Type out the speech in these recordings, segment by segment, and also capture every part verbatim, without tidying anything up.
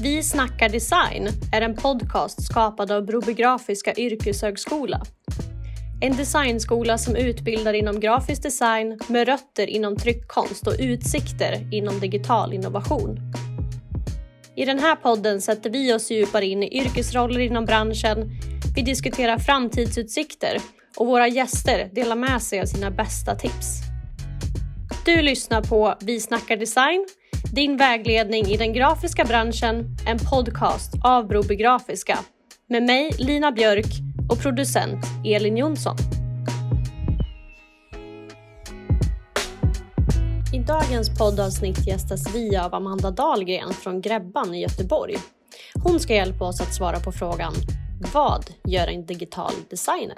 Vi snackar design är en podcast skapad av Broby Grafiska yrkeshögskola. En designskola som utbildar inom grafisk design med rötter inom tryckkonst och utsikter inom digital innovation. I den här podden sätter vi oss djupare in i yrkesroller inom branschen, vi diskuterar framtidsutsikter och våra gäster delar med sig av sina bästa tips. Du lyssnar på Vi snackar design, din vägledning i den grafiska branschen, en podcast av Broby Grafiska. Med mig Lina Björk och producent Elin Jonsson. I dagens poddavsnitt gästas vi av Amanda Dahlgren från Grebban i Göteborg. Hon ska hjälpa oss att svara på frågan: vad gör en digital designer?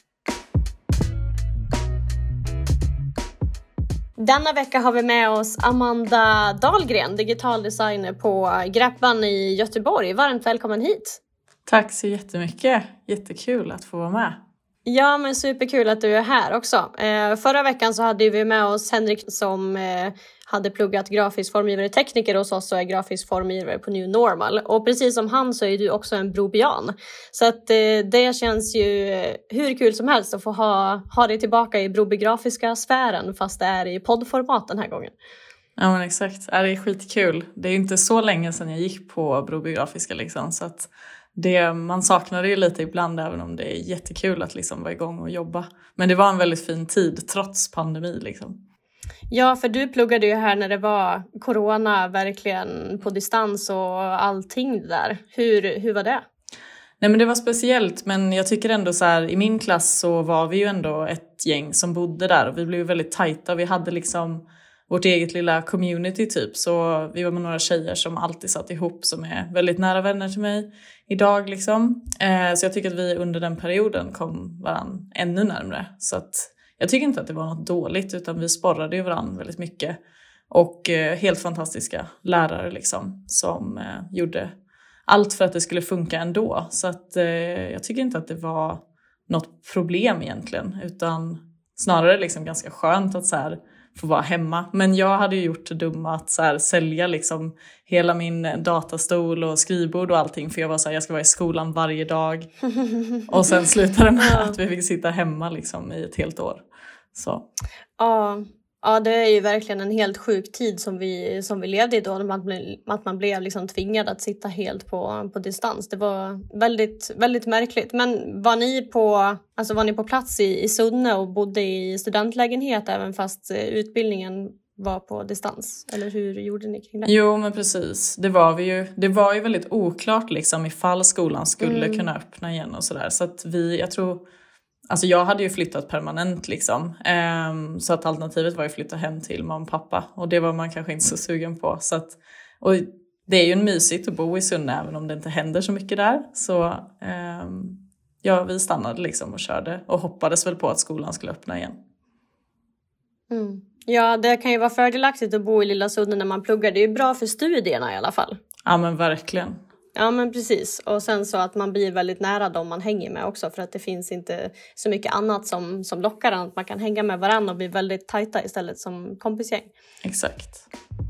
Denna vecka har vi med oss Amanda Dahlgren, digital designer på Grebban i Göteborg. Varmt välkommen hit. Tack så jättemycket. Jättekul att få vara med. Ja, men superkul att du är här också. Eh, förra veckan så hade vi med oss Henrik som eh, hade pluggat grafisk formgivare tekniker hos oss och är grafisk formgivare på New Normal. Och precis som han så är du också en brobian. Så att eh, det känns ju hur kul som helst att få ha, ha dig tillbaka i Broby Grafiska sfären fast det är i poddformat den här gången. Ja men exakt, det är skitkul. Det är inte så länge sedan jag gick på Broby Grafiska liksom, så att det, man saknar det ju lite ibland även om det är jättekul att liksom vara igång och jobba. Men det var en väldigt fin tid trots pandemi liksom. Ja, för du pluggade ju här när det var corona verkligen på distans och allting där. Hur, hur var det? Nej men det var speciellt, men jag tycker ändå så här, i min klass så var vi ju ändå ett gäng som bodde där och vi blev väldigt tajta. Vi hade liksom vårt eget lilla community typ, så vi var med några tjejer som alltid satt ihop som är väldigt nära vänner till mig idag liksom. Eh, så jag tycker att vi under den perioden kom varann ännu närmare. Så att jag tycker inte att det var något dåligt utan vi sporrade ju varann väldigt mycket. Och eh, helt fantastiska lärare liksom som eh, gjorde allt för att det skulle funka ändå. Så att eh, jag tycker inte att det var något problem egentligen utan snarare liksom ganska skönt att så här få vara hemma. Men jag hade ju gjort det dumma att så här, sälja liksom hela min datastol och skrivbord och allting. För jag var så här, jag ska vara i skolan varje dag. Och sen slutade det med att vi fick sitta hemma liksom i ett helt år. Så. Ja, ja, det är ju verkligen en helt sjuk tid som vi, som vi levde i då. Att man, att man blev liksom tvingad att sitta helt på, på distans. Det var väldigt, väldigt märkligt. Men var ni på, alltså var ni på plats i, i Sunne och bodde i studentlägenhet även fast utbildningen var på distans? Eller hur gjorde ni kring det? Jo men precis, det var vi ju. Det var ju väldigt oklart liksom ifall skolan skulle mm. kunna öppna igen och sådär. Så att vi, jag tror... Alltså jag hade ju flyttat permanent liksom. Um, så att alternativet var ju att flytta hem till mamma och pappa. Och det var man kanske inte så sugen på. Så att, och det är ju en mysigt att bo i Sunne även om det inte händer så mycket där. Så um, ja, vi stannade liksom och körde. Och hoppades väl på att skolan skulle öppna igen. Mm. Ja, det kan ju vara fördelaktigt att bo i lilla Sunne när man pluggar. Det är ju bra för studierna i alla fall. Ja men verkligen. Ja men precis, och sen så att man blir väldigt nära dem man hänger med också för att det finns inte så mycket annat som, som lockar än att man kan hänga med varandra och bli väldigt tajta istället som kompisgäng. Exakt.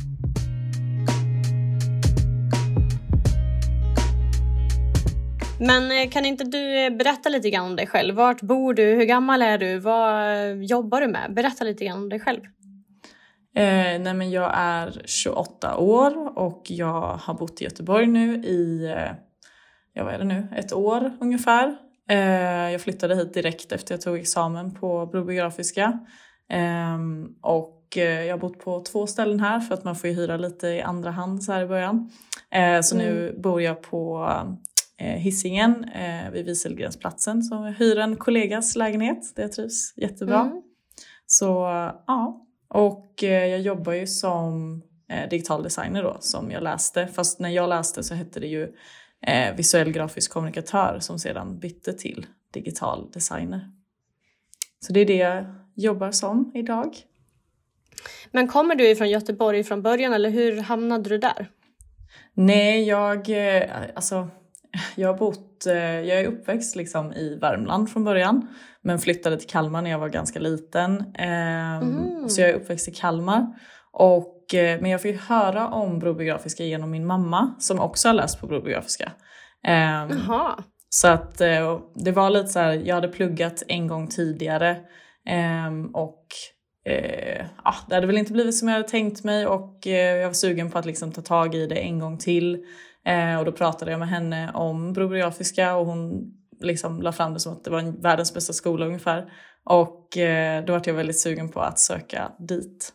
Men kan inte du berätta lite grann om dig själv? Vart bor du? Hur gammal är du? Vad jobbar du med? Berätta lite grann om dig själv. Eh, nej men jag är tjugoåtta år och jag har bott i Göteborg nu i, eh, ja vad är det nu, ett år ungefär. Eh, jag flyttade hit direkt efter jag tog examen på Broby Grafiska. Eh, och eh, jag har bott på två ställen här för att man får ju hyra lite i andra hand så här i början. Eh, så mm. nu bor jag på eh, Hisingen eh, vid Wieselgrensplatsen som jag hyr en kollegas lägenhet. Det trivs jättebra. Mm. Så ja. Och eh, jag jobbar ju som eh, digital designer då, som jag läste. Fast när jag läste så hette det ju eh, visuell grafisk kommunikatör som sedan bytte till digital designer. Så det är det jag jobbar som idag. Men kommer du ifrån Göteborg från början eller hur hamnade du där? Nej, jag, eh, alltså, jag har bott, eh, jag är uppväxt liksom i Värmland från början. Men flyttade till Kalmar när jag var ganska liten. Eh, mm. Så jag är uppväxt i Kalmar. Och Och, eh, men jag fick höra om Broby Grafiska genom min mamma som också har läst på Broby Grafiska. Eh, Jaha. Så att eh, det var lite så här, jag hade pluggat en gång tidigare eh, och eh, ah, det hade väl inte blivit som jag hade tänkt mig och eh, jag var sugen på att liksom ta tag i det en gång till. Eh, och då pratade jag med henne om Broby Grafiska och hon liksom la fram det som att det var en världens bästa skola ungefär. Och eh, då var jag väldigt sugen på att söka dit.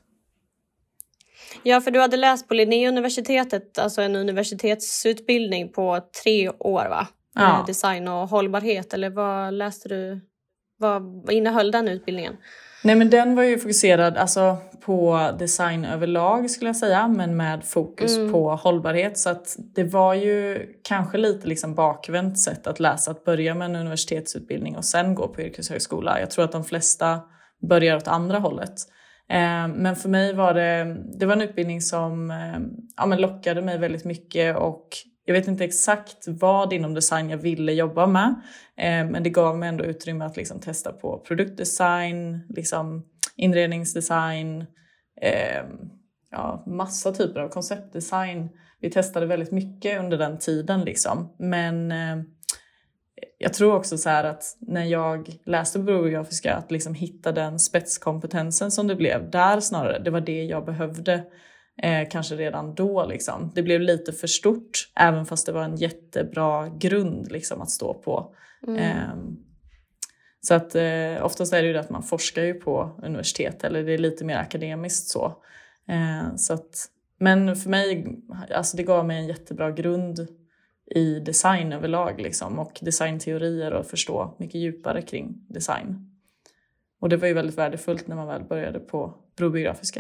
Ja, för du hade läst på Linnéuniversitetet, alltså en universitetsutbildning på tre år va? Ja. Design och hållbarhet, eller vad läste du? Vad, vad innehöll den utbildningen? Nej, men den var ju fokuserad alltså, på design överlag skulle jag säga, men med fokus mm. på hållbarhet. Så att det var ju kanske lite liksom bakvänt sätt att läsa, att börja med en universitetsutbildning och sen gå på yrkeshögskola. Jag tror att de flesta börjar åt andra hållet. Eh, men för mig var det, det var en utbildning som eh, ja, men lockade mig väldigt mycket och jag vet inte exakt vad inom design jag ville jobba med. Eh, men det gav mig ändå utrymme att liksom testa på produktdesign, liksom inredningsdesign, eh, ja, massa typer av konceptdesign. Vi testade väldigt mycket under den tiden. Liksom. Men eh, jag tror också så här att när jag läste på Broby Grafiska att liksom hitta den spetskompetensen som det blev där snarare. Det var det jag behövde. Eh, kanske redan då liksom. Det blev lite för stort även fast det var en jättebra grund liksom, att stå på. Mm. Eh, så att eh, oftast är det ju det att man forskar ju på universitet eller det är lite mer akademiskt så. Eh, så att, men för mig, alltså det gav mig en jättebra grund i design överlag liksom, och designteorier och förstå mycket djupare kring design. Och det var ju väldigt värdefullt när man väl började på Broby Grafiska.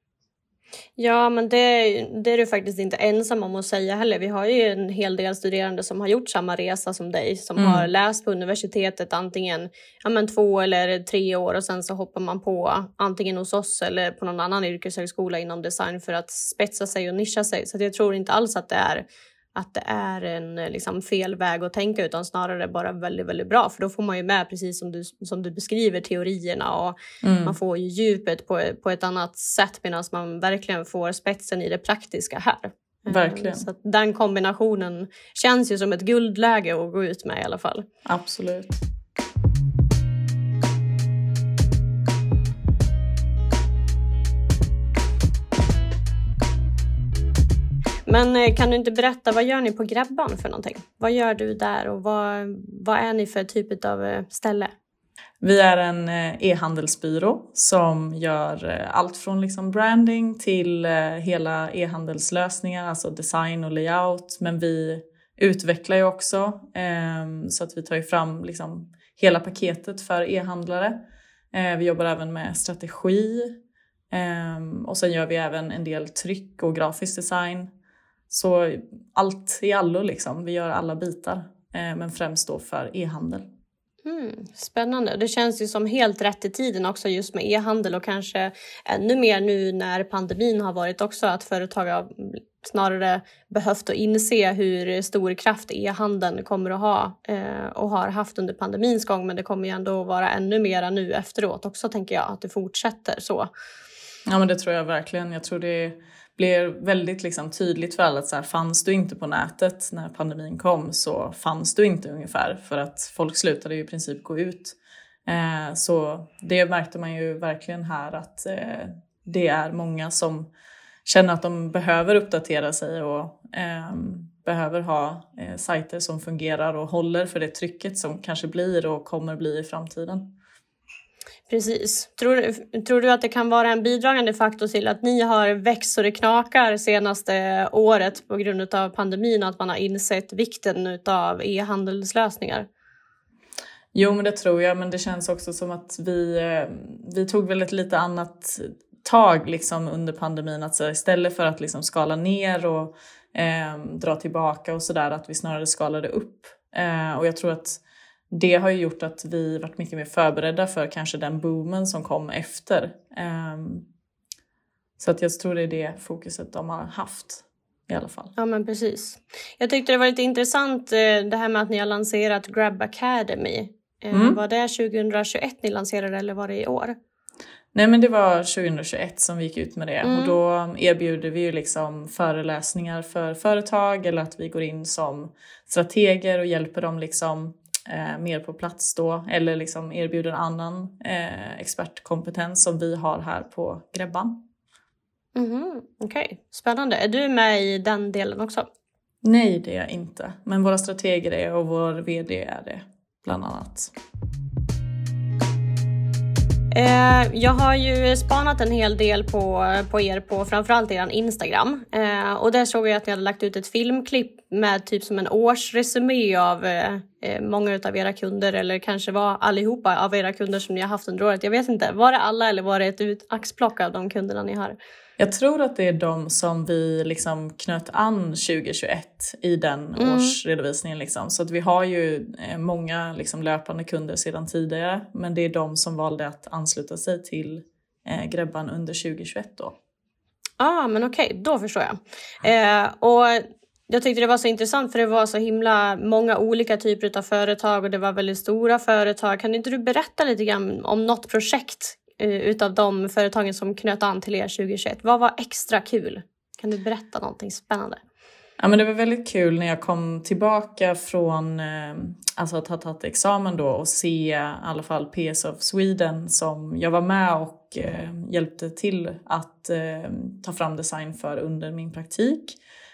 Ja, men det, det är du faktiskt inte ensam om att säga heller. Vi har ju en hel del studerande som har gjort samma resa som dig. Som mm. har läst på universitetet antingen ja, men två eller tre år. Och sen så hoppar man på antingen hos oss eller på någon annan yrkeshögskola inom design för att spetsa sig och nischa sig. Så jag tror inte alls att det är, att det är en liksom, fel väg att tänka utan snarare bara väldigt, väldigt bra. För då får man ju med, precis som du, som du beskriver, teorierna och mm. man får ju djupet på, på ett annat sätt medan man verkligen får spetsen i det praktiska här. Verkligen. Så att den kombinationen känns ju som ett guldläge att gå ut med i alla fall. Absolut. Men kan du inte berätta, vad gör ni på Grabban för någonting? Vad gör du där och vad, vad är ni för typ av ställe? Vi är en e-handelsbyrå som gör allt från liksom branding till hela e-handelslösningar, alltså design och layout. Men vi utvecklar ju också så att vi tar fram liksom hela paketet för e-handlare. Vi jobbar även med strategi och sen gör vi även en del tryck och grafisk design. Så allt i allo liksom. Vi gör alla bitar. Eh, men främst då för e-handel. Mm, spännande. Det känns ju som helt rätt i tiden också just med e-handel. Och kanske ännu mer nu när pandemin har varit också. Att företag har snarare behövt att inse hur stor kraft e-handeln kommer att ha. Eh, och har haft under pandemins gång. Men det kommer ju ändå vara ännu mera nu efteråt också, tänker jag. Att det fortsätter så. Ja, men det tror jag verkligen. Jag tror det blir väldigt liksom tydligt för alla att så här, fanns du inte på nätet när pandemin kom så fanns du inte ungefär. För att folk slutade ju i princip gå ut. Eh, så det märkte man ju verkligen här att eh, det är många som känner att de behöver uppdatera sig och eh, behöver ha eh, sajter som fungerar och håller för det trycket som kanske blir och kommer bli i framtiden. Precis. Tror, tror du att det kan vara en bidragande faktor till att ni har växt så det knakar senaste året på grund av pandemin och att man har insett vikten av e-handelslösningar? Jo, men det tror jag. Men det känns också som att vi, vi tog väl ett lite annat tag liksom under pandemin. Att så istället för att liksom skala ner och eh, dra tillbaka och sådär, att vi snarare skalade upp. Eh, och jag tror att det har ju gjort att vi varit mycket mer förberedda för kanske den boomen som kom efter. Um, så att jag tror det är det fokuset de har haft i alla fall. Ja, men precis. Jag tyckte det var lite intressant det här med att ni har lanserat Grab Academy. Mm. Var det tjugohundratjugoett ni lanserade eller var det i år? Nej, men det var tjugohundratjugoett som vi gick ut med det. Mm. Och då erbjuder vi ju liksom föreläsningar för företag. Eller att vi går in som strateger och hjälper dem liksom eh, mer på plats då. Eller liksom erbjuder en annan eh, expertkompetens som vi har här på Grebban. Mm, Okej, okay. Spännande. Är du med i den delen också? Nej, det är jag inte. Men våra strateger är och vår vd är det bland annat. Eh, jag har ju spanat en hel del på, på er på framförallt er Instagram. Eh, och där såg jag att ni hade lagt ut ett filmklipp med typ som en årsresumé av eh, många av era kunder. Eller kanske var allihopa av era kunder som ni har haft under året. Jag vet inte, var det alla eller var det ett ut- axplock av de kunderna ni har? Jag tror att det är de som vi liksom knöt an tjugohundratjugoett i den mm. årsredovisningen. Liksom. Så att vi har ju många liksom löpande kunder sedan tidigare. Men det är de som valde att ansluta sig till eh, Grebban under tjugohundratjugoett då. Ja, ah, men okej, okay, då förstår jag. Eh, och jag tyckte det var så intressant för det var så himla många olika typer av företag och det var väldigt stora företag. Kan inte du berätta lite grann om något projekt utav de företagen som knöt an till er tjugohundratjugoett? Vad var extra kul? Kan du berätta någonting spännande? Ja, men det var väldigt kul när jag kom tillbaka från eh, alltså att ha tagit examen då och se i alla fall P S of Sweden som jag var med och eh, hjälpte till att eh, ta fram design för under min praktik.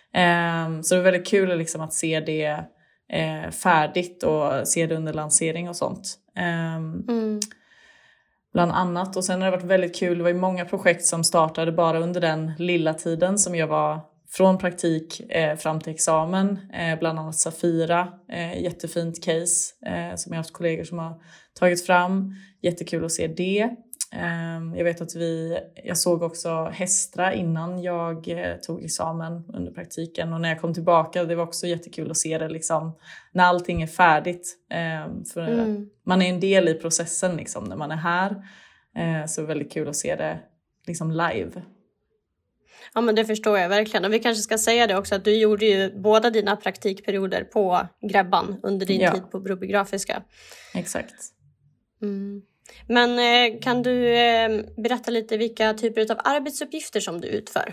Eh, så det var väldigt kul liksom, att se det eh, färdigt och se det under lansering och sånt. Eh, mm. Bland annat. Och sen har det varit väldigt kul. Det var ju många projekt som startade bara under den lilla tiden som jag var från praktik eh, fram till examen. Eh, bland annat Safira. Eh, jättefint case eh, som jag har haft kollegor som har tagit fram. Jättekul att se det. Eh, jag vet att vi, jag såg också Hestra innan jag eh, tog examen under praktiken. Och när jag kom tillbaka, det var också jättekul att se det liksom, när allting är färdigt. Eh, för mm. Man är en del i processen liksom, när man är här. Eh, så det är väldigt kul att se det liksom, live. Ja, men det förstår jag verkligen. Och vi kanske ska säga det också att du gjorde ju båda dina praktikperioder på Grebban under din ja. tid på Broby Grafiska. Exakt. Mm. Men eh, kan du eh, berätta lite vilka typer av arbetsuppgifter som du utför?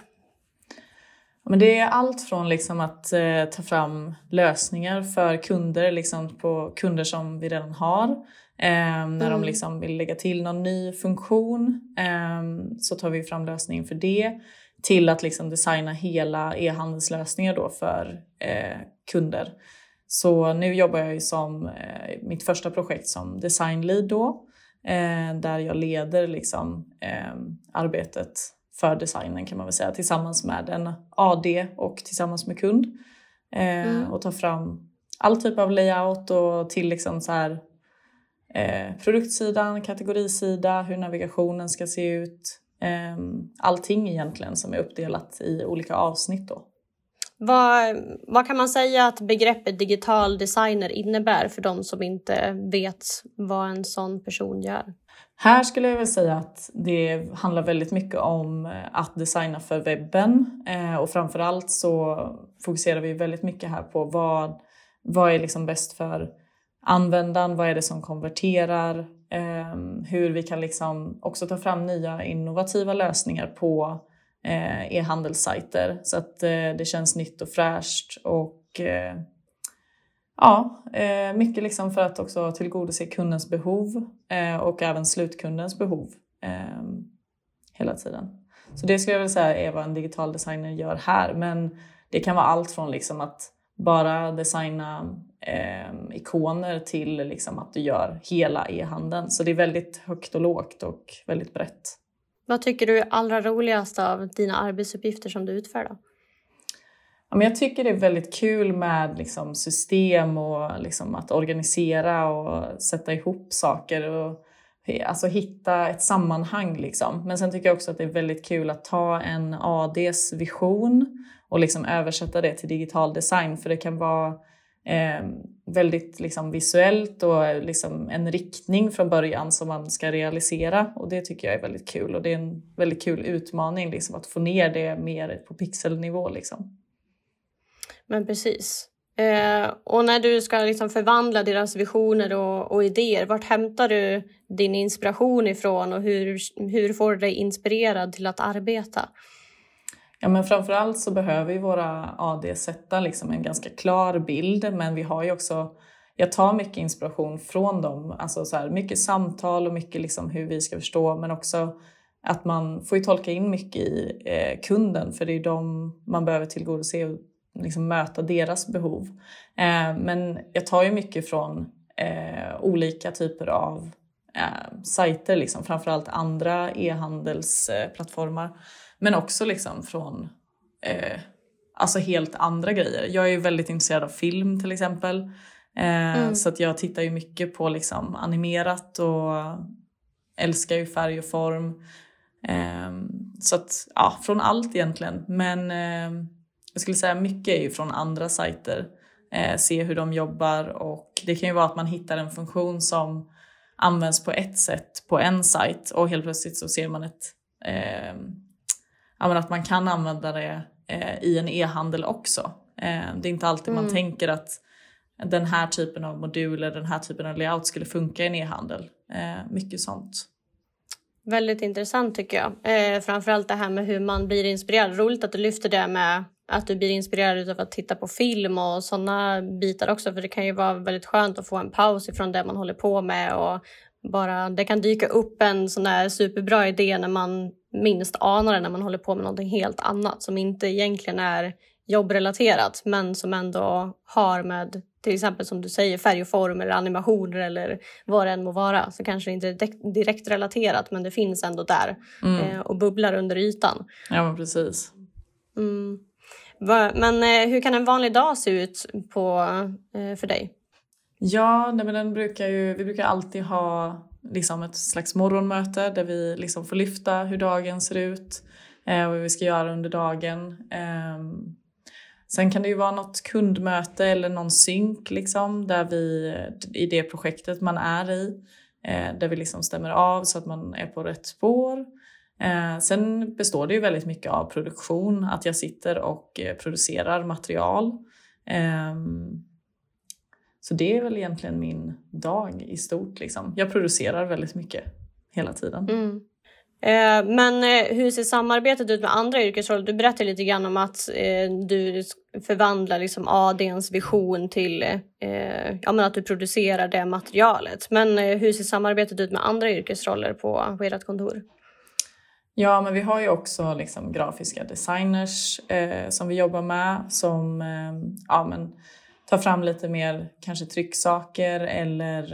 Men det är allt från liksom att eh, ta fram lösningar för kunder, liksom på kunder som vi redan har. Eh, när mm. de liksom vill lägga till någon ny funktion eh, så tar vi fram lösningen för det. Till att liksom designa hela e-handelslösningar då för eh, kunder. Så nu jobbar jag ju som eh, mitt första projekt som designlead då. Eh, där jag leder liksom, eh, arbetet för designen kan man väl säga. Tillsammans med en A D och tillsammans med kund. Eh, mm. Och tar fram all typ av layout och till liksom så här, eh, produktsidan, kategorisida, hur navigationen ska se ut. Eh, allting egentligen som är uppdelat i olika avsnitt då. Vad, vad kan man säga att begreppet digital designer innebär för de som inte vet vad en sån person gör? Här skulle jag väl säga att det handlar väldigt mycket om att designa för webben. Eh, och framförallt så fokuserar vi väldigt mycket här på vad, vad är liksom bäst för användaren. Vad är det som konverterar? Eh, hur vi kan liksom också ta fram nya innovativa lösningar på eh, e-handelssajter. Så att eh, det känns nytt och fräscht. Och eh, ja, eh, mycket liksom för att också tillgodose kundens behov eh, och även slutkundens behov eh, hela tiden. Så det skulle jag vilja säga är vad en digital designer gör här. Men det kan vara allt från liksom att bara designa eh, ikoner till liksom att du gör hela e-handeln. Så det är väldigt högt och lågt och väldigt brett. Vad tycker du är allra roligast av dina arbetsuppgifter som du utför då? Ja, men jag tycker det är väldigt kul med liksom system och liksom att organisera och sätta ihop saker och alltså hitta ett sammanhang. Liksom. Men sen tycker jag också att det är väldigt kul att ta en A D:s vision och liksom översätta det till digital design. För det kan vara eh, väldigt liksom visuellt och liksom en riktning från början som man ska realisera. Och det tycker jag är väldigt kul. Och det är en väldigt kul utmaning liksom, att få ner det mer på pixelnivå. Liksom. Men precis. Eh, och när du ska liksom förvandla deras visioner och, och idéer, vart hämtar du din inspiration ifrån och hur, hur får du dig inspirerad till att arbeta? Ja, men framförallt så behöver ju våra A D sätta liksom en ganska klar bild, men vi har ju också, jag tar mycket inspiration från dem, alltså så här, mycket samtal och mycket liksom hur vi ska förstå, men också att man får ju tolka in mycket i eh, kunden, för det är de man behöver tillgodose och liksom möta deras behov. Eh, men jag tar ju mycket från eh, olika typer av eh, sajter, liksom, framförallt andra e-handelsplattformar. Eh, men också liksom från eh, alltså helt andra grejer. Jag är ju väldigt intresserad av film till exempel. Eh, mm. Så att jag tittar ju mycket på liksom animerat och älskar ju färg och form. Eh, så att ja, från allt egentligen. Men eh, jag skulle säga mycket är ju från andra sajter. Eh, se hur de jobbar, och det kan ju vara att man hittar en funktion som används på ett sätt på en sajt och helt plötsligt så ser man ett eh, ja, men att man kan använda det eh, i en e-handel också. Eh, det är inte alltid mm. man tänker att den här typen av moduler, den här typen av layout skulle funka i en e-handel. Eh, mycket sånt. Väldigt intressant tycker jag. Eh, framförallt det här med hur man blir inspirerad. Roligt att du lyfter det med att du blir inspirerad av att titta på film och sådana bitar också. För det kan ju vara väldigt skönt att få en paus ifrån det man håller på med. Och bara, det kan dyka upp en sån där superbra idé när man minst anar det, när man håller på med något helt annat som inte egentligen är jobbrelaterat, men som ändå har med till exempel som du säger färg och form eller animationer eller vad det än må vara. Så kanske inte direkt, direkt relaterat, men det finns ändå där mm. eh, och bubblar under ytan. Ja, men precis. Mm. Men eh, hur kan en vanlig dag se ut på, eh, för dig? Ja, nej, men den brukar ju, vi brukar alltid ha liksom ett slags morgonmöte där vi liksom får lyfta hur dagen ser ut eh, och vad vi ska göra under dagen. Eh, sen kan det ju vara något kundmöte eller någon synk liksom, där vi, i det projektet man är i, eh, där vi liksom stämmer av så att man är på rätt spår. Eh, sen består det ju väldigt mycket av produktion, att jag sitter och eh, producerar material. Eh, Så det är väl egentligen min dag i stort. Liksom. Jag producerar väldigt mycket hela tiden. Mm. Eh, men eh, hur ser samarbetet ut med andra yrkesroller? Du berättade lite grann om att eh, du förvandlar liksom A D:ns vision till eh, ja, men att du producerar det materialet. Men eh, hur ser samarbetet ut med andra yrkesroller på, på ert kontor? Ja, men vi har ju också liksom grafiska designers eh, som vi jobbar med. Som eh, ja, men, tar fram lite mer kanske trycksaker eller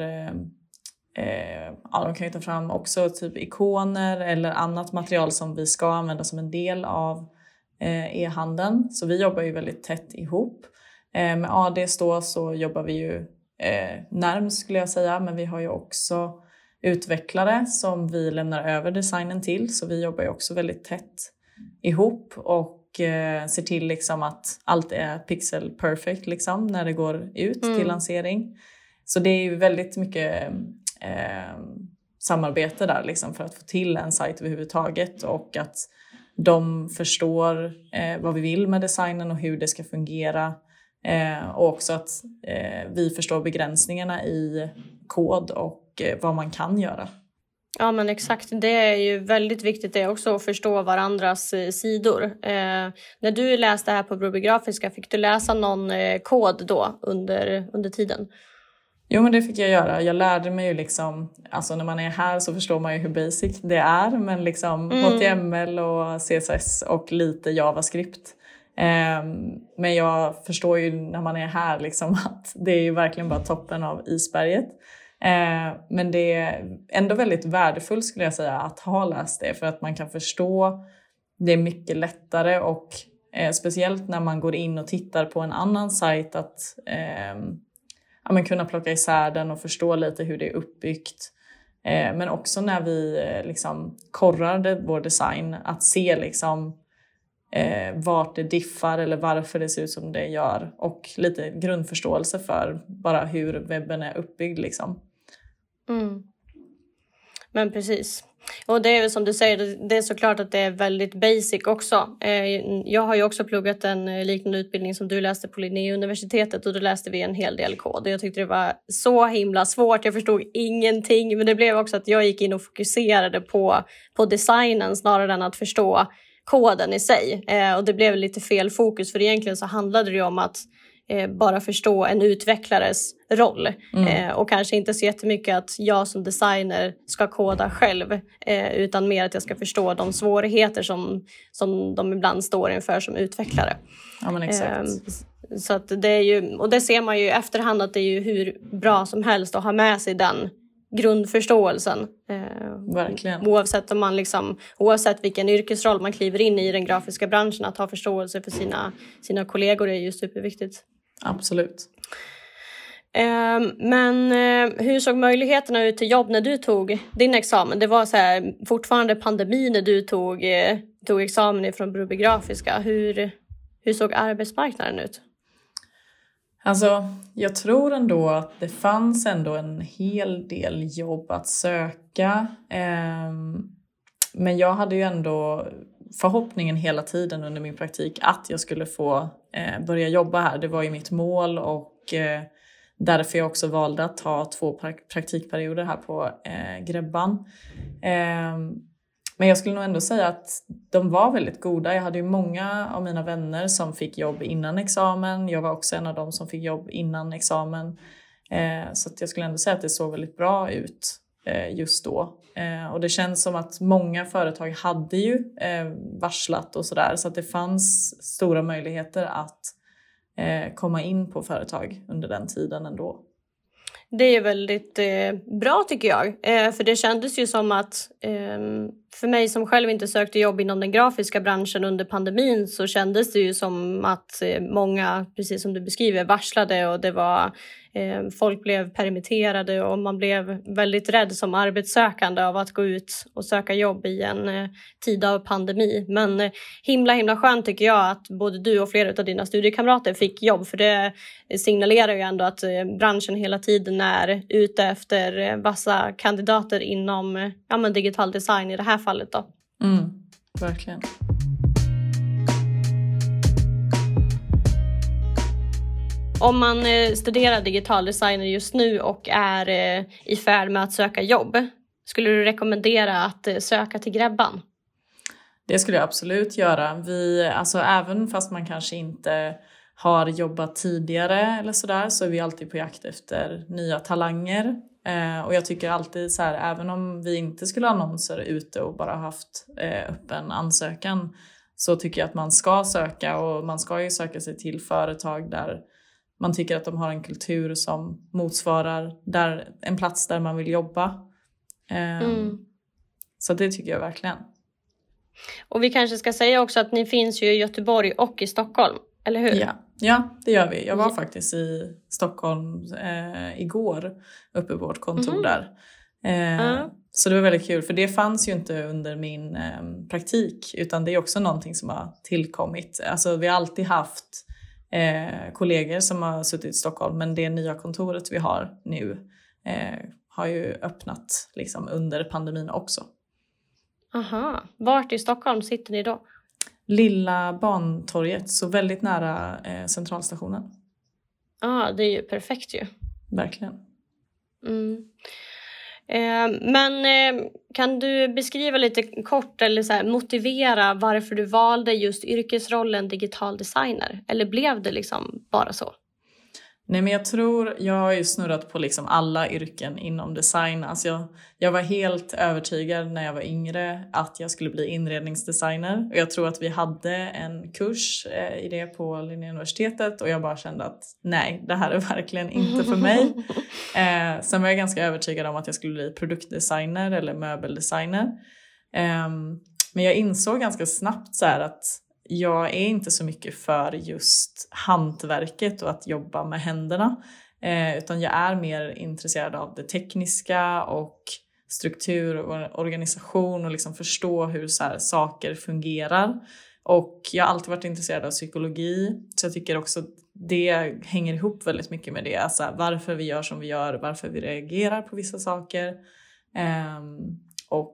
eh, ja, de kan ju ta fram också typ ikoner eller annat material som vi ska använda som en del av eh, e-handeln. Så vi jobbar ju väldigt tätt ihop. Eh, med A D då så jobbar vi ju eh, närmast skulle jag säga, men vi har ju också utvecklare som vi lämnar över designen till, så vi jobbar ju också väldigt tätt ihop och eh, ser till liksom att allt är pixel perfect liksom när det går ut mm. till lansering. Så det är ju väldigt mycket eh, samarbete där liksom för att få till en sajt överhuvudtaget, och att de förstår eh, vad vi vill med designen och hur det ska fungera. Eh, och också att eh, vi förstår begränsningarna i kod och eh, vad man kan göra. Ja, men exakt. Det är ju väldigt viktigt det också att förstå varandras eh, sidor. Eh, när du läste här på Broby Grafiska, fick du läsa någon eh, kod då under, under tiden? Jo, men det fick jag göra. Jag lärde mig ju liksom, alltså när man är här så förstår man ju hur basic det är, men liksom mm. H T M L och C S S och lite JavaScript. Um, men jag förstår ju när man är här liksom att det är ju verkligen bara toppen av isberget. Uh, men det är ändå väldigt värdefullt skulle jag säga att ha läst det, för att man kan förstå det mycket lättare, och uh, speciellt när man går in och tittar på en annan sajt att uh, ja, men kunna plocka isär den och förstå lite hur det är uppbyggt. Uh, men också när vi uh, liksom korrar vår design, att se liksom Eh, vart det diffar eller varför det ser ut som det gör, och lite grundförståelse för bara hur webben är uppbyggd liksom. Mm. Men precis. Och det är väl som du säger, det är såklart att det är väldigt basic också. Jag har ju också pluggat en liknande utbildning som du läste på Linnéuniversitetet och då läste vi en hel del kod. Jag tyckte det var så himla svårt, jag förstod ingenting. Men det blev också att jag gick in och fokuserade på, på designen snarare än att förstå koden i sig. Och det blev lite fel fokus, för egentligen så handlade det ju om att Eh, bara förstå en utvecklares roll mm. eh, och kanske inte så jättemycket att jag som designer ska koda själv eh, utan mer att jag ska förstå de svårigheter som, som de ibland står inför som utvecklare. Ja, men exakt. Eh, så att det är ju, och det ser man ju i efterhand att det är ju hur bra som helst att ha med sig den grundförståelsen. Eh, Verkligen. Oavsett om man liksom, oavsett vilken yrkesroll man kliver in i den grafiska branschen, att ha förståelse för sina, sina kollegor är ju superviktigt. Absolut. Eh, men eh, hur såg möjligheterna ut till jobb när du tog din examen? Det var så här, fortfarande pandemi när du tog, eh, tog examen ifrån Broby Grafiska. Hur, hur såg arbetsmarknaden ut? Alltså, jag tror ändå att det fanns ändå en hel del jobb att söka. Eh, men jag hade ju ändå förhoppningen hela tiden under min praktik att jag skulle få eh, börja jobba här. Det var ju mitt mål och eh, därför jag också valde att ta två pra- praktikperioder här på eh, Grebban. Eh, men jag skulle nog ändå säga att de var väldigt goda. Jag hade ju många av mina vänner som fick jobb innan examen. Jag var också en av dem som fick jobb innan examen. Eh, så att jag skulle ändå säga att det såg väldigt bra ut eh, just då. Eh, och det känns som att många företag hade ju eh, varslat och sådär. Så att det fanns stora möjligheter att eh, komma in på företag under den tiden ändå. Det är väldigt eh, bra tycker jag. Eh, för det kändes ju som att eh, för mig som själv inte sökte jobb inom den grafiska branschen under pandemin så kändes det ju som att eh, många, precis som du beskriver, varslade och det var eh, folk blev permitterade och man blev väldigt rädd som arbetssökande av att gå ut och söka jobb i en eh, tid av pandemi. Men eh, himla himla skönt tycker jag att både du och flera av dina studiekamrater fick jobb, för det signalerar ju ändå att eh, branschen hela tiden är ute efter eh, vassa kandidater inom eh, ja, men digital design i det här fallet då. Mm, verkligen. Om man eh, studerar digital designer just nu och är eh, i färd med att söka jobb, skulle du rekommendera att eh, söka till Grebban? Det skulle jag absolut göra. Vi, alltså, även fast man kanske inte har jobbat tidigare eller sådär, så är vi alltid på jakt efter nya talanger. Eh, och jag tycker alltid så här, även om vi inte skulle ha annonser ute och bara haft eh, öppen ansökan, så tycker jag att man ska söka, och man ska ju söka sig till företag där man tycker att de har en kultur som motsvarar där, en plats där man vill jobba. Eh, mm. Så det tycker jag verkligen. Och vi kanske ska säga också att ni finns ju i Göteborg och i Stockholm, eller hur? Ja, ja det gör vi. Jag var ja. faktiskt i Stockholm eh, igår uppe på vårt kontor mm. där. Eh, mm. Så det var väldigt kul, för det fanns ju inte under min eh, praktik, utan det är också någonting som har tillkommit. Alltså vi har alltid haft eh, kollegor som har suttit i Stockholm, men det nya kontoret vi har nu eh, har ju öppnat liksom under pandemin också. Aha, vart i Stockholm sitter ni då? Lilla Bantorget, så väldigt nära eh, centralstationen. Ja, ah, det är ju perfekt ju. Verkligen. Mm. Eh, men eh, kan du beskriva lite kort eller så här, motivera varför du valde just yrkesrollen digital designer? Eller blev det liksom bara så? Nej, men jag tror, jag har ju snurrat på liksom alla yrken inom design. Alltså jag, jag var helt övertygad när jag var yngre att jag skulle bli inredningsdesigner. Och jag tror att vi hade en kurs eh, i det på Linnéuniversitetet. Och jag bara kände att nej, det här är verkligen inte för mig. Eh, sen var jag ganska övertygad om att jag skulle bli produktdesigner eller möbeldesigner. Eh, men jag insåg ganska snabbt så här att jag är inte så mycket för just hantverket och att jobba med händerna. Eh, utan jag är mer intresserad av det tekniska och struktur och organisation och liksom förstå hur så här saker fungerar. Och jag har alltid varit intresserad av psykologi. Så jag tycker också det hänger ihop väldigt mycket med det. Alltså varför vi gör som vi gör, varför vi reagerar på vissa saker. Eh, och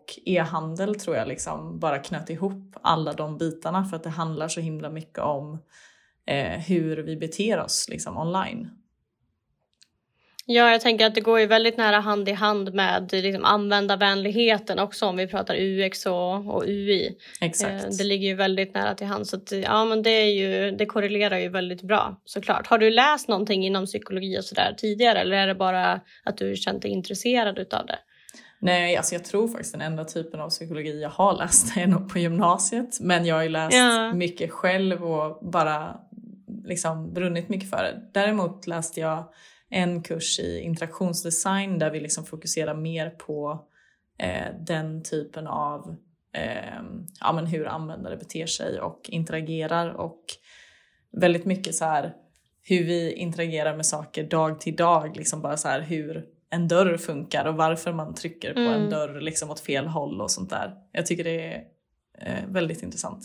och e-handel tror jag liksom bara knöt ihop alla de bitarna, för att det handlar så himla mycket om eh, hur vi beter oss liksom online. Ja, jag tänker att det går ju väldigt nära hand i hand med liksom användarvänligheten också, om vi pratar U X och, och U I. Exakt. Eh, det ligger ju väldigt nära till hand, så att, ja, men det, är ju, det korrelerar ju väldigt bra såklart. Har du läst någonting inom psykologi och sådär tidigare, eller är det bara att du känt dig intresserad utav det? Nej, alltså jag tror faktiskt den enda typen av psykologi jag har läst är nog på gymnasiet. Men jag har ju läst ja. mycket själv och bara liksom brunnit mycket för det. Däremot läste jag en kurs i interaktionsdesign där vi liksom fokuserar mer på eh, den typen av eh, ja, men hur användare beter sig och interagerar, och väldigt mycket så här hur vi interagerar med saker dag till dag, liksom bara så här hur en dörr funkar och varför man trycker på mm. en dörr liksom åt fel håll och sånt där. Jag tycker det är eh, väldigt intressant.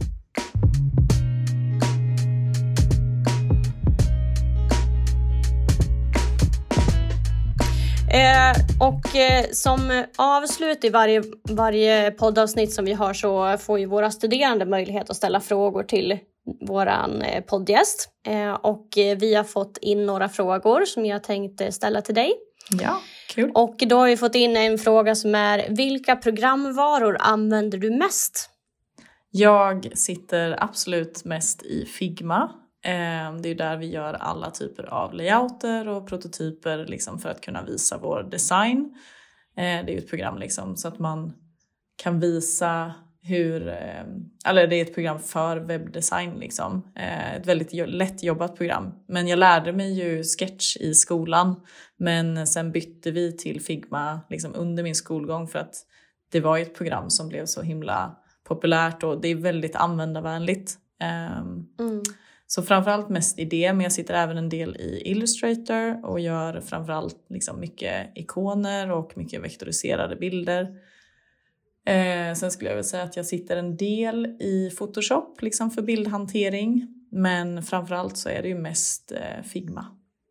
Eh, och eh, som avslut i varje, varje poddavsnitt som vi har, så får ju våra studerande möjlighet att ställa frågor till våran eh, poddgäst. Eh, och eh, vi har fått in några frågor som jag tänkte ställa till dig. Ja, kul. Och då har vi fått in en fråga som är: vilka programvaror använder du mest? Jag sitter absolut mest i Figma. Det är där vi gör alla typer av layouter och prototyper liksom för att kunna visa vår design. Det är ett program liksom så att man kan visa hur, eller det är ett program för webbdesign liksom. Ett väldigt lätt jobbat program. Men jag lärde mig ju Sketch i skolan, men sen bytte vi till Figma liksom under min skolgång, för att det var ett program som blev så himla populärt och det är väldigt användarvänligt. Mm. Så framförallt mest i det, men jag sitter även en del i Illustrator och gör framförallt liksom mycket ikoner och mycket vektoriserade bilder. Eh, sen skulle jag väl säga att jag sitter en del i Photoshop liksom för bildhantering, men framförallt så är det ju mest eh, Figma.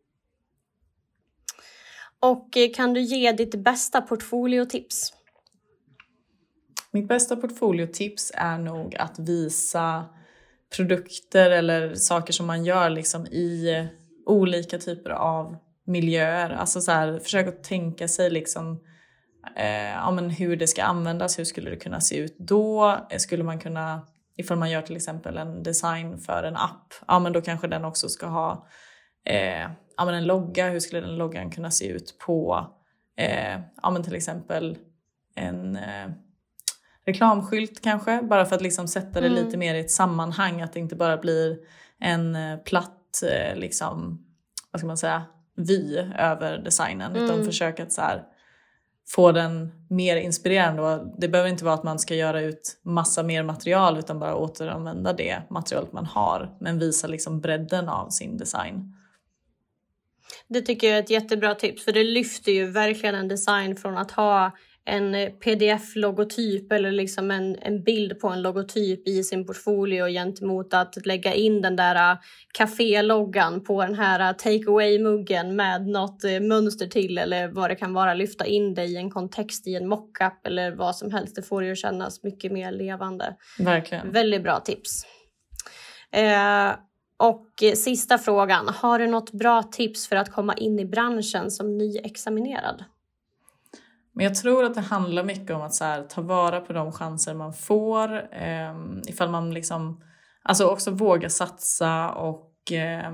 Och kan du ge ditt bästa portfoliotips? Mitt bästa portfoliotips är nog att visa produkter eller saker som man gör liksom i olika typer av miljöer. Alltså så här, försök att tänka sig liksom, eh, ja, men hur det ska användas. Hur skulle det kunna se ut då? Skulle man kunna, ifall man gör till exempel en design för en app, ja men då kanske den också ska ha eh, ja, men en logga. Hur skulle den loggan kunna se ut på eh, ja, men till exempel en eh, reklamskylt kanske, bara för att liksom sätta det mm. lite mer i ett sammanhang, att det inte bara blir en platt liksom, vad ska man säga, vy över designen, mm. utan försöka att så här, få den mer inspirerande. Och det behöver inte vara att man ska göra ut massa mer material, utan bara återanvända det materialet man har, men visa liksom bredden av sin design. Det tycker jag är ett jättebra tips, för det lyfter ju verkligen en design från att ha en P D F-logotyp eller liksom en, en bild på en logotyp i sin portfolio, gentemot att lägga in den där café-loggan på den här take-away-muggen med något mönster till, eller vad det kan vara, lyfta in det i en kontext i en mockup eller vad som helst. Det får ju kännas mycket mer levande. Verkligen. Väldigt bra tips. Eh, och sista frågan, har du något bra tips för att komma in i branschen som nyexaminerad? Men jag tror att det handlar mycket om att så här, ta vara på de chanser man får. Eh, ifall man liksom, alltså också våga satsa och eh,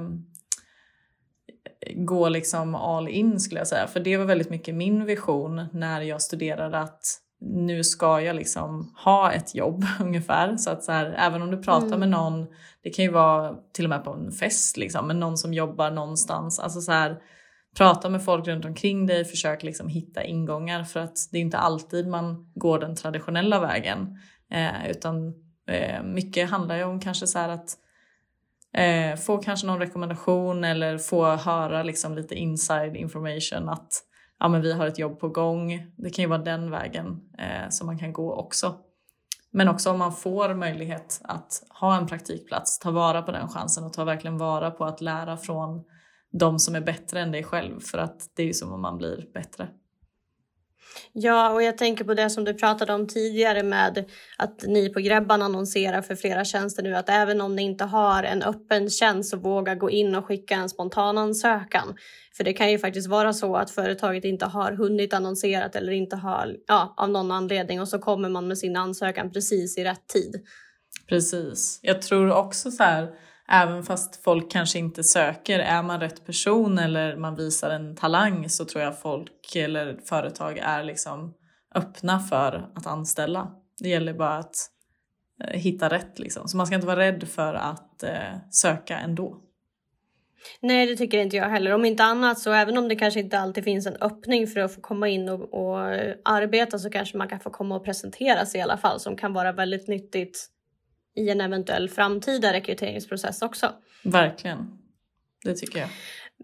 gå liksom all in, skulle jag säga. För det var väldigt mycket min vision när jag studerade, att nu ska jag liksom ha ett jobb ungefär. Så att så här, även om du pratar mm. med någon, det kan ju vara till och med på en fest liksom, med någon som jobbar någonstans. Alltså så här, prata med folk runt omkring dig, försök liksom hitta ingångar, för att det är inte alltid man går den traditionella vägen. Eh, utan eh, mycket handlar ju om kanske så här att eh, få kanske någon rekommendation eller få höra liksom lite inside information att ja, men vi har ett jobb på gång. Det kan ju vara den vägen eh, som man kan gå också. Men också om man får möjlighet att ha en praktikplats, ta vara på den chansen och ta verkligen vara på att lära från de som är bättre än dig själv, för att det är ju som om man blir bättre. Ja, och jag tänker på det som du pratade om tidigare med att ni på Grebban annonserar för flera tjänster nu. Att även om ni inte har en öppen tjänst så våga gå in och skicka en spontan ansökan. För det kan ju faktiskt vara så att företaget inte har hunnit annonserat eller inte har, ja, av någon anledning. Och så kommer man med sin ansökan precis i rätt tid. Precis. Jag tror också så här, även fast folk kanske inte söker, är man rätt person eller man visar en talang, så tror jag folk eller företag är liksom öppna för att anställa. Det gäller bara att eh, hitta rätt liksom. Så man ska inte vara rädd för att eh, söka ändå. Nej, det tycker inte jag heller. Om inte annat så även om det kanske inte alltid finns en öppning för att få komma in och, och arbeta, så kanske man kan få komma och presentera sig i alla fall, som kan vara väldigt nyttigt i en eventuell framtida rekryteringsprocess också. Verkligen, det tycker jag.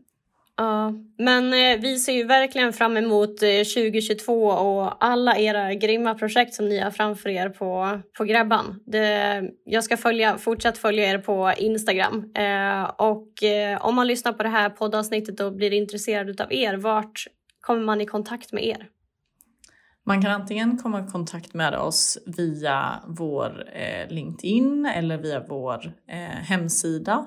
Ja, men eh, vi ser ju verkligen fram emot eh, tjugo tjugotvå och alla era grymma projekt som ni har framför er på, på Grebban. Det, jag ska följa, fortsatt följa er på Instagram. Eh, och eh, om man lyssnar på det här poddavsnittet och blir intresserad av er, vart kommer man i kontakt med er? Man kan antingen komma i kontakt med oss via vår eh, LinkedIn eller via vår eh, hemsida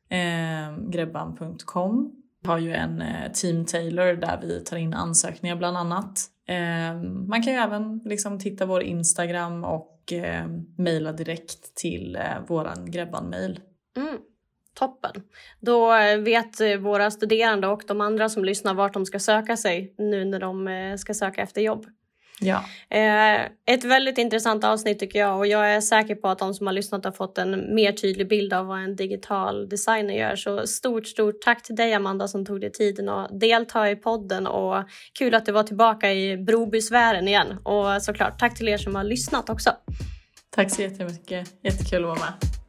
eh, grebban punkt com. Vi har ju en eh, Team Taylor där vi tar in ansökningar bland annat. Eh, man kan ju även liksom titta vår Instagram och eh, mejla direkt till eh, våran Grebban-mail. Mm. Toppen. Då vet våra studerande och de andra som lyssnar vart de ska söka sig nu när de ska söka efter jobb. Ja. Ett väldigt intressant avsnitt tycker jag, och jag är säker på att de som har lyssnat har fått en mer tydlig bild av vad en digital designer gör. Så stort, stort tack till dig, Amanda, som tog dig tiden att delta i podden, och kul att du var tillbaka i Brobysfären igen. Och såklart tack till er som har lyssnat också. Tack så jättemycket. Jättekul att vara med.